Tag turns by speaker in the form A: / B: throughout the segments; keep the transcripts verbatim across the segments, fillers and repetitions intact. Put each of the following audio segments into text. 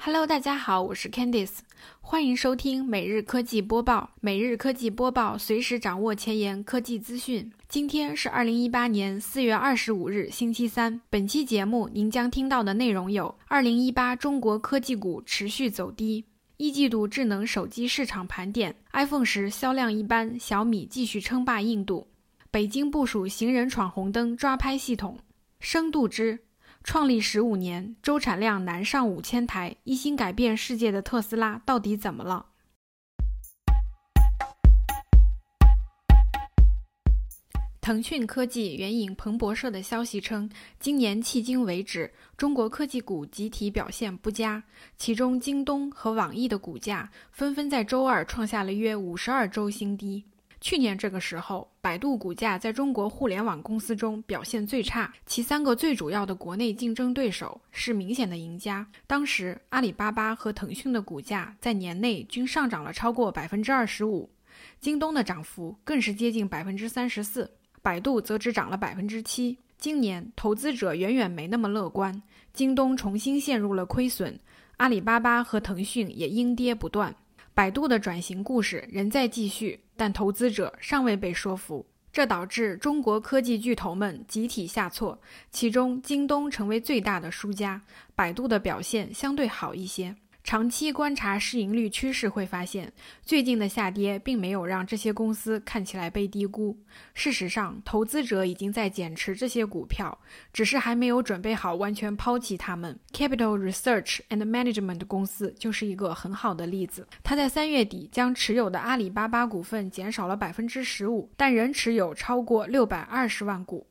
A: Hello， 大家好，我是 Candice， 欢迎收听每日科技播报。每日科技播报，随时掌握前沿科技资讯。今天是二零一八年四月二十五日，星期三。本期节目您将听到的内容有：二零一八中国科技股持续走低，一季度智能手机市场盘点 ，iPhone 十销量一般，小米继续称霸印度。北京部署行人闯红灯抓拍系统。深度知。创立十五年，周产量难上五千台，一心改变世界的特斯拉到底怎么了？腾讯科技援引彭博社的消息称，今年迄今为止，中国科技股集体表现不佳，其中京东和网易的股价纷纷在周二创下了约五十二周新低。去年这个时候，百度股价在中国互联网公司中表现最差，其三个最主要的国内竞争对手是明显的赢家。当时，阿里巴巴和腾讯的股价在年内均上涨了超过 百分之二十五， 京东的涨幅更是接近 百分之三十四， 百度则只涨了 百分之七。今年投资者远远没那么乐观，京东重新陷入了亏损，阿里巴巴和腾讯也阴跌不断。百度的转型故事仍在继续，但投资者尚未被说服，这导致中国科技巨头们集体下挫，其中京东成为最大的输家，百度的表现相对好一些。长期观察市盈率趋势会发现，最近的下跌并没有让这些公司看起来被低估。事实上，投资者已经在减持这些股票，只是还没有准备好完全抛弃它们。Capital Research and Management 公司就是一个很好的例子。它在三月底将持有的阿里巴巴股份减少了 百分之十五， 但仍持有超过六百二十万股。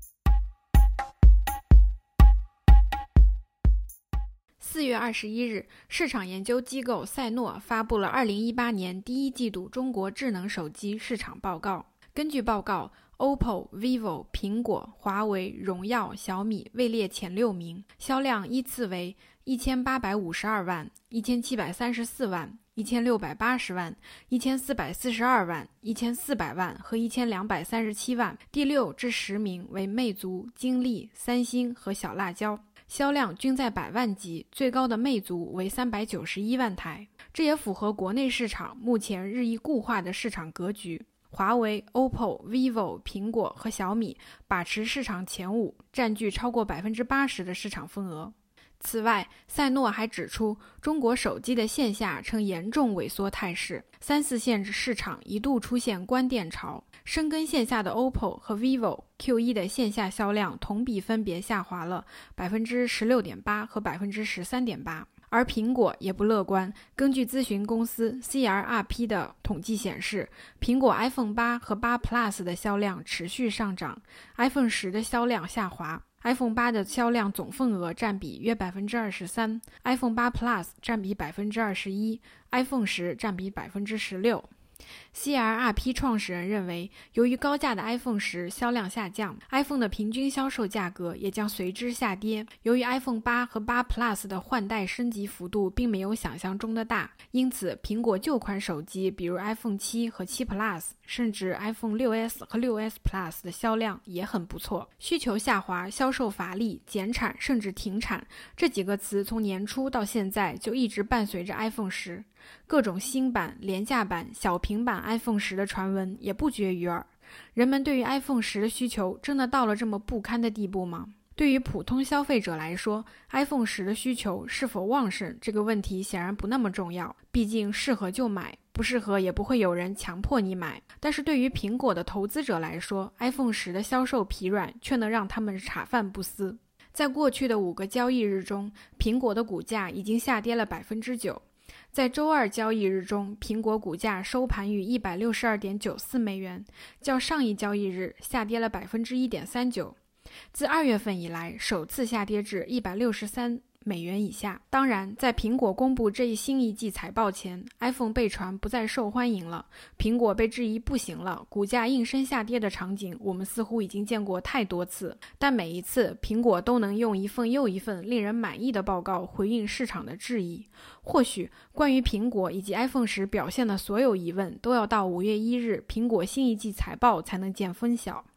A: 四月二十一日，市场研究机构赛诺发布了二零一八年第一季度中国智能手机市场报告。根据报告， O P P O、vivo、苹果、华为、荣耀、小米位列前六名，销量依次为一千八百五十二万、一千七百三十四万、一千六百八十万、一千四百四十二万、一千四百万和一千两百三十七万。第六至十名为魅族、金立、三星和小辣椒，销量均在百万级，最高的魅族为三百九十一万台，这也符合国内市场目前日益固化的市场格局。华为、O P P O、vivo、苹果和小米把持市场前五，占据超过 百分之八十 的市场份额。此外，赛诺还指出，中国手机的线下呈严重萎缩态势，三四线市场一度出现关店潮。深耕线下的 O P P O 和 vivo Q 一 的线下销量同比分别下滑了 百分之十六点八 和 百分之十三点八， 而苹果也不乐观。根据咨询公司 C R R P 的统计显示，苹果 iPhone 八和八 Plus 的销量持续上涨， iPhone 十的销量下滑。iPhone 八的销量总份额占比约 百分之二十三， iPhone 八 Plus 占比 百分之二十一， iPhone 十占比 百分之十六。C R R P 创始人认为，由于高价的 iPhone 十销量下降， iPhone 的平均销售价格也将随之下跌。由于 iPhone 八和八 Plus 的换代升级幅度并没有想象中的大，因此苹果旧款手机比如 iPhone 七和七 Plus 甚至 iPhone 六 S 和六 S Plus 的销量也很不错。需求下滑、销售乏力、减产甚至停产，这几个词从年初到现在就一直伴随着 iPhone 十。各种新版、廉价版、小平版 iPhone 十的传闻也不绝于耳。人们对于 iPhone 十的需求真的到了这么不堪的地步吗？对于普通消费者来说， iPhone 十的需求是否旺盛这个问题显然不那么重要，毕竟适合就买，不适合也不会有人强迫你买。但是对于苹果的投资者来说， iPhone 十的销售疲软却能让他们茶饭不思。在过去的五个交易日中，苹果的股价已经下跌了 百分之九。在周二交易日中，苹果股价收盘于 一百六十二点九四美元，较上一交易日下跌了 百分之一点三九。自二月份以来首次下跌至一百六十三美元以下。当然，在苹果公布这一新一季财报前， iPhone 被传不再受欢迎了，苹果被质疑不行了，股价应声下跌的场景我们似乎已经见过太多次，但每一次苹果都能用一份又一份令人满意的报告回应市场的质疑。或许关于苹果以及 iPhone 十表现的所有疑问都要到五月一日苹果新一季财报才能见分晓。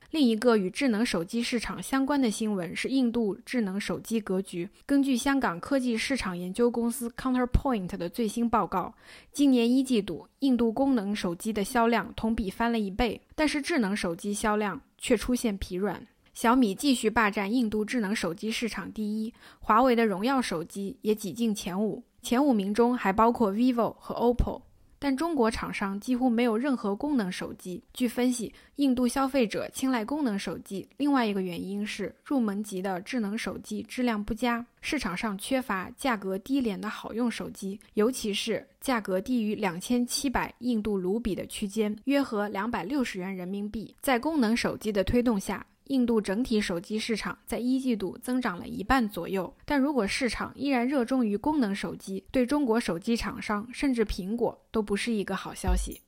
A: 另一个与智能手机市场相关的新闻是印度智能手机格局。根据香港科技市场研究公司 Counterpoint 的最新报告，今年一季度印度功能手机的销量同比翻了一倍，但是智能手机销量却出现疲软。小米继续霸占印度智能手机市场第一，华为的荣耀手机也挤进前五，前五名中还包括 vivo 和 O P P O。但中国厂商几乎没有任何功能手机。据分析，印度消费者青睐功能手机，另外一个原因是入门级的智能手机质量不佳，市场上缺乏价格低廉的好用手机，尤其是价格低于两千七百印度卢比的区间，约合两百六十元人民币。在功能手机的推动下，印度整体手机市场在一季度增长了一半左右，但如果市场依然热衷于功能手机，对中国手机厂商甚至苹果都不是一个好消息。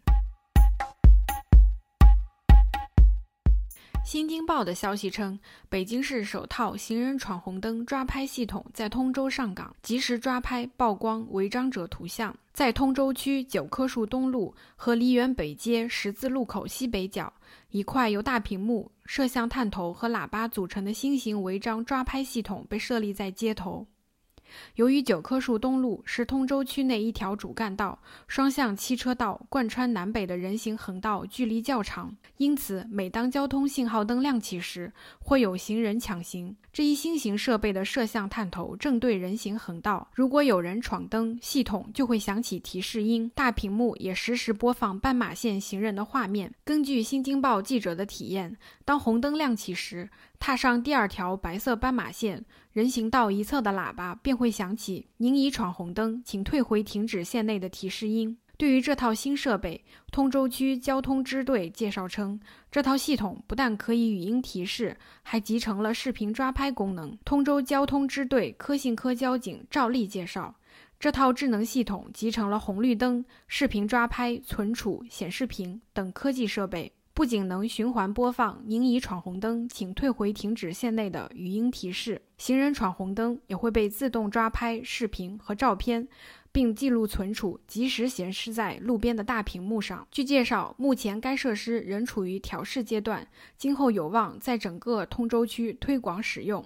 A: 新京报的消息称，北京市首套行人闯红灯抓拍系统在通州上岗，及时抓拍曝光违章者图像。在通州区九棵树东路和梨园北街十字路口西北角，一块由大屏幕、摄像探头和喇叭组成的新型违章抓拍系统被设立在街头。由于九棵树东路是通州区内一条主干道，双向汽车道贯穿南北的人行横道距离较长，因此每当交通信号灯亮起时，会有行人抢行。这一新型设备的摄像探头正对人行横道，如果有人闯灯，系统就会响起提示音，大屏幕也实时播放斑马线行人的画面。根据新京报记者的体验，当红灯亮起时，踏上第二条白色斑马线，人行道一侧的喇叭便会响起您已闯红灯，请退回停止线内的提示音。对于这套新设备，通州区交通支队介绍称，这套系统不但可以语音提示，还集成了视频抓拍功能。通州交通支队科信科交警赵丽介绍，这套智能系统集成了红绿灯、视频抓拍、存储、显示屏等科技设备，不仅能循环播放您已闯红灯，请退回停止线内的语音提示，行人闯红灯也会被自动抓拍视频和照片，并记录存储，及时显示在路边的大屏幕上。据介绍，目前该设施仍处于调试阶段，今后有望在整个通州区推广使用。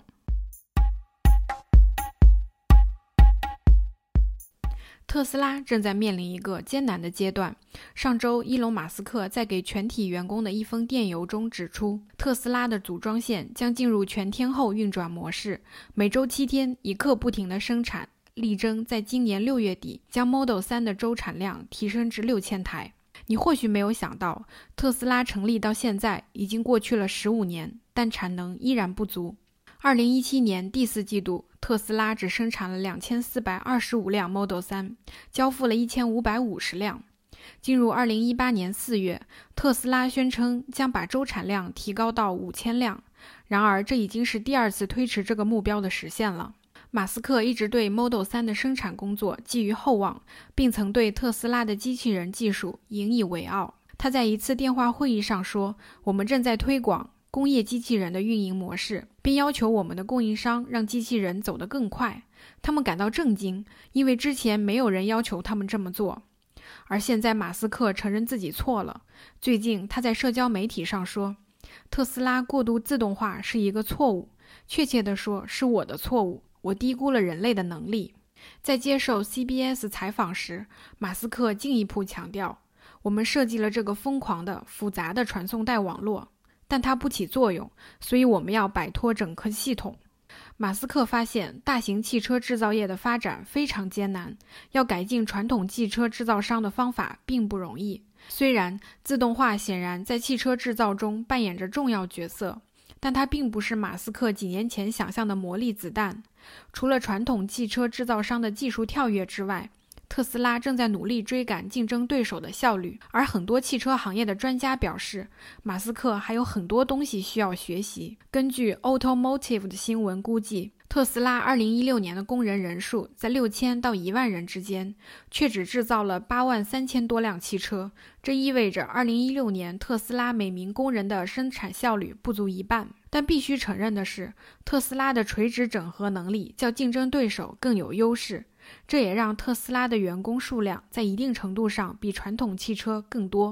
A: 特斯拉正在面临一个艰难的阶段。上周，伊隆·马斯克在给全体员工的一封电邮中指出，特斯拉的组装线将进入全天候运转模式，每周七天一刻不停的生产，力争在今年六月底将 Model 三的周产量提升至六千台。你或许没有想到，特斯拉成立到现在已经过去了十五年，但产能依然不足。二零一七年第四季度，特斯拉只生产了两千四百二十五辆 Model 三，交付了一千五百五十辆。进入二零一八年四月，特斯拉宣称将把周产量提高到五千辆，然而这已经是第二次推迟这个目标的实现了。马斯克一直对 Model 三的生产工作寄予厚望，并曾对特斯拉的机器人技术引以为傲。他在一次电话会议上说，我们正在推广工业机器人的运营模式，并要求我们的供应商让机器人走得更快。他们感到震惊，因为之前没有人要求他们这么做。而现在马斯克承认自己错了。最近他在社交媒体上说，特斯拉过度自动化是一个错误，确切地说是我的错误，我低估了人类的能力。在接受 C B S 采访时，马斯克进一步强调，我们设计了这个疯狂的复杂的传送带网络，但它不起作用，所以我们要摆脱整个系统。马斯克发现大型汽车制造业的发展非常艰难，要改进传统汽车制造商的方法并不容易。虽然自动化显然在汽车制造中扮演着重要角色，但它并不是马斯克几年前想象的魔力子弹。除了传统汽车制造商的技术跳跃之外，特斯拉正在努力追赶竞争对手的效率，而很多汽车行业的专家表示，马斯克还有很多东西需要学习。根据 Automotive 的新闻估计，特斯拉二零一六年的工人人数在六千到一万人之间，却只制造了八万三千多辆汽车。这意味着二零一六年特斯拉每名工人的生产效率不足一半。但必须承认的是，特斯拉的垂直整合能力较竞争对手更有优势，这也让特斯拉的员工数量在一定程度上比传统汽车更多。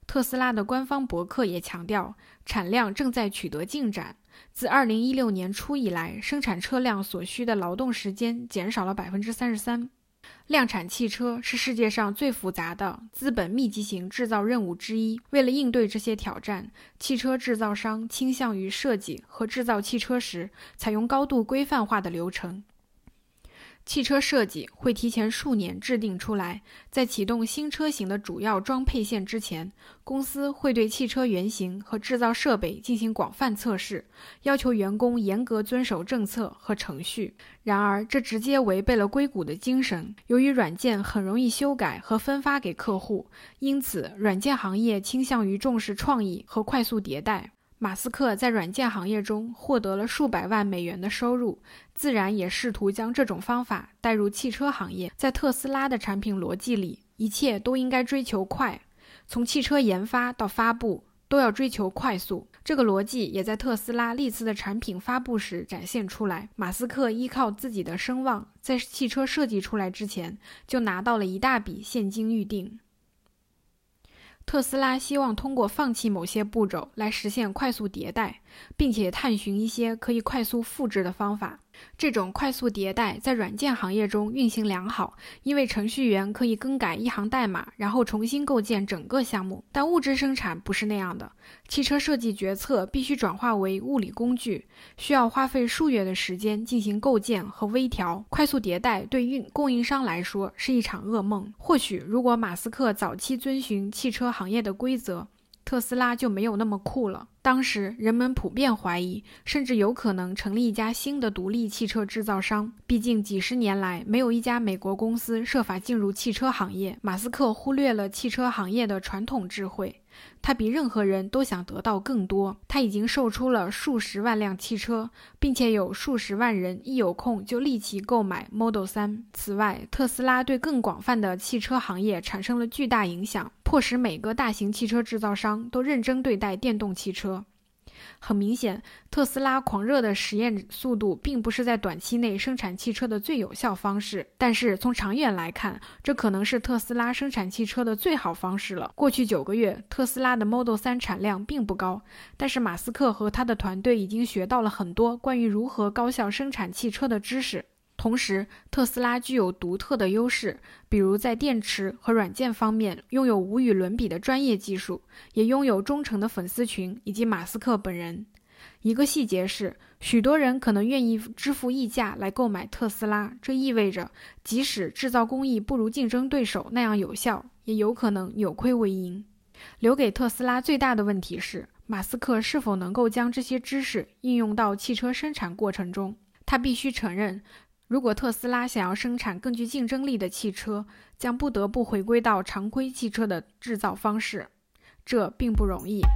A: 特斯拉的官方博客也强调，产量正在取得进展。自二零一六年初以来，生产车辆所需的劳动时间减少了 百分之三十三。量产汽车是世界上最复杂的资本密集型制造任务之一。为了应对这些挑战，汽车制造商倾向于设计和制造汽车时采用高度规范化的流程。汽车设计会提前数年制定出来，在启动新车型的主要装配线之前，公司会对汽车原型和制造设备进行广泛测试，要求员工严格遵守政策和程序。然而，这直接违背了硅谷的精神。由于软件很容易修改和分发给客户，因此软件行业倾向于重视创意和快速迭代。马斯克在软件行业中获得了数百万美元的收入，自然也试图将这种方法带入汽车行业。在特斯拉的产品逻辑里，一切都应该追求快，从汽车研发到发布都要追求快速。这个逻辑也在特斯拉历次的产品发布时展现出来。马斯克依靠自己的声望，在汽车设计出来之前就拿到了一大笔现金预定。特斯拉希望通过放弃某些步骤来实现快速迭代，并且探寻一些可以快速复制的方法。这种快速迭代在软件行业中运行良好，因为程序员可以更改一行代码，然后重新构建整个项目。但物质生产不是那样的，汽车设计决策必须转化为物理工具，需要花费数月的时间进行构建和微调。快速迭代对运供应商来说是一场噩梦。或许如果马斯克早期遵循汽车行业的规则，特斯拉就没有那么酷了。当时人们普遍怀疑，甚至有可能成立一家新的独立汽车制造商。毕竟几十年来，没有一家美国公司设法进入汽车行业。马斯克忽略了汽车行业的传统智慧，他比任何人都想得到更多。他已经售出了数十万辆汽车，并且有数十万人一有空就立即购买 Model 三。此外，特斯拉对更广泛的汽车行业产生了巨大影响，迫使每个大型汽车制造商都认真对待电动汽车。很明显，特斯拉狂热的实验速度并不是在短期内生产汽车的最有效方式，但是从长远来看，这可能是特斯拉生产汽车的最好方式了。过去九个月，特斯拉的 Model 三产量并不高，但是马斯克和他的团队已经学到了很多关于如何高效生产汽车的知识。同时，特斯拉具有独特的优势，比如在电池和软件方面拥有无与伦比的专业技术，也拥有忠诚的粉丝群以及马斯克本人。一个细节是，许多人可能愿意支付溢价来购买特斯拉，这意味着即使制造工艺不如竞争对手那样有效，也有可能扭亏为盈。留给特斯拉最大的问题是，马斯克是否能够将这些知识应用到汽车生产过程中。他必须承认，如果特斯拉想要生产更具竞争力的汽车，将不得不回归到常规汽车的制造方式，这并不容易。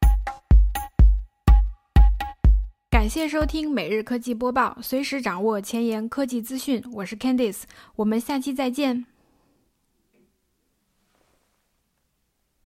A: 感谢收听每日科技播报，随时掌握前沿科技资讯，我是 Candice， 我们下期再见。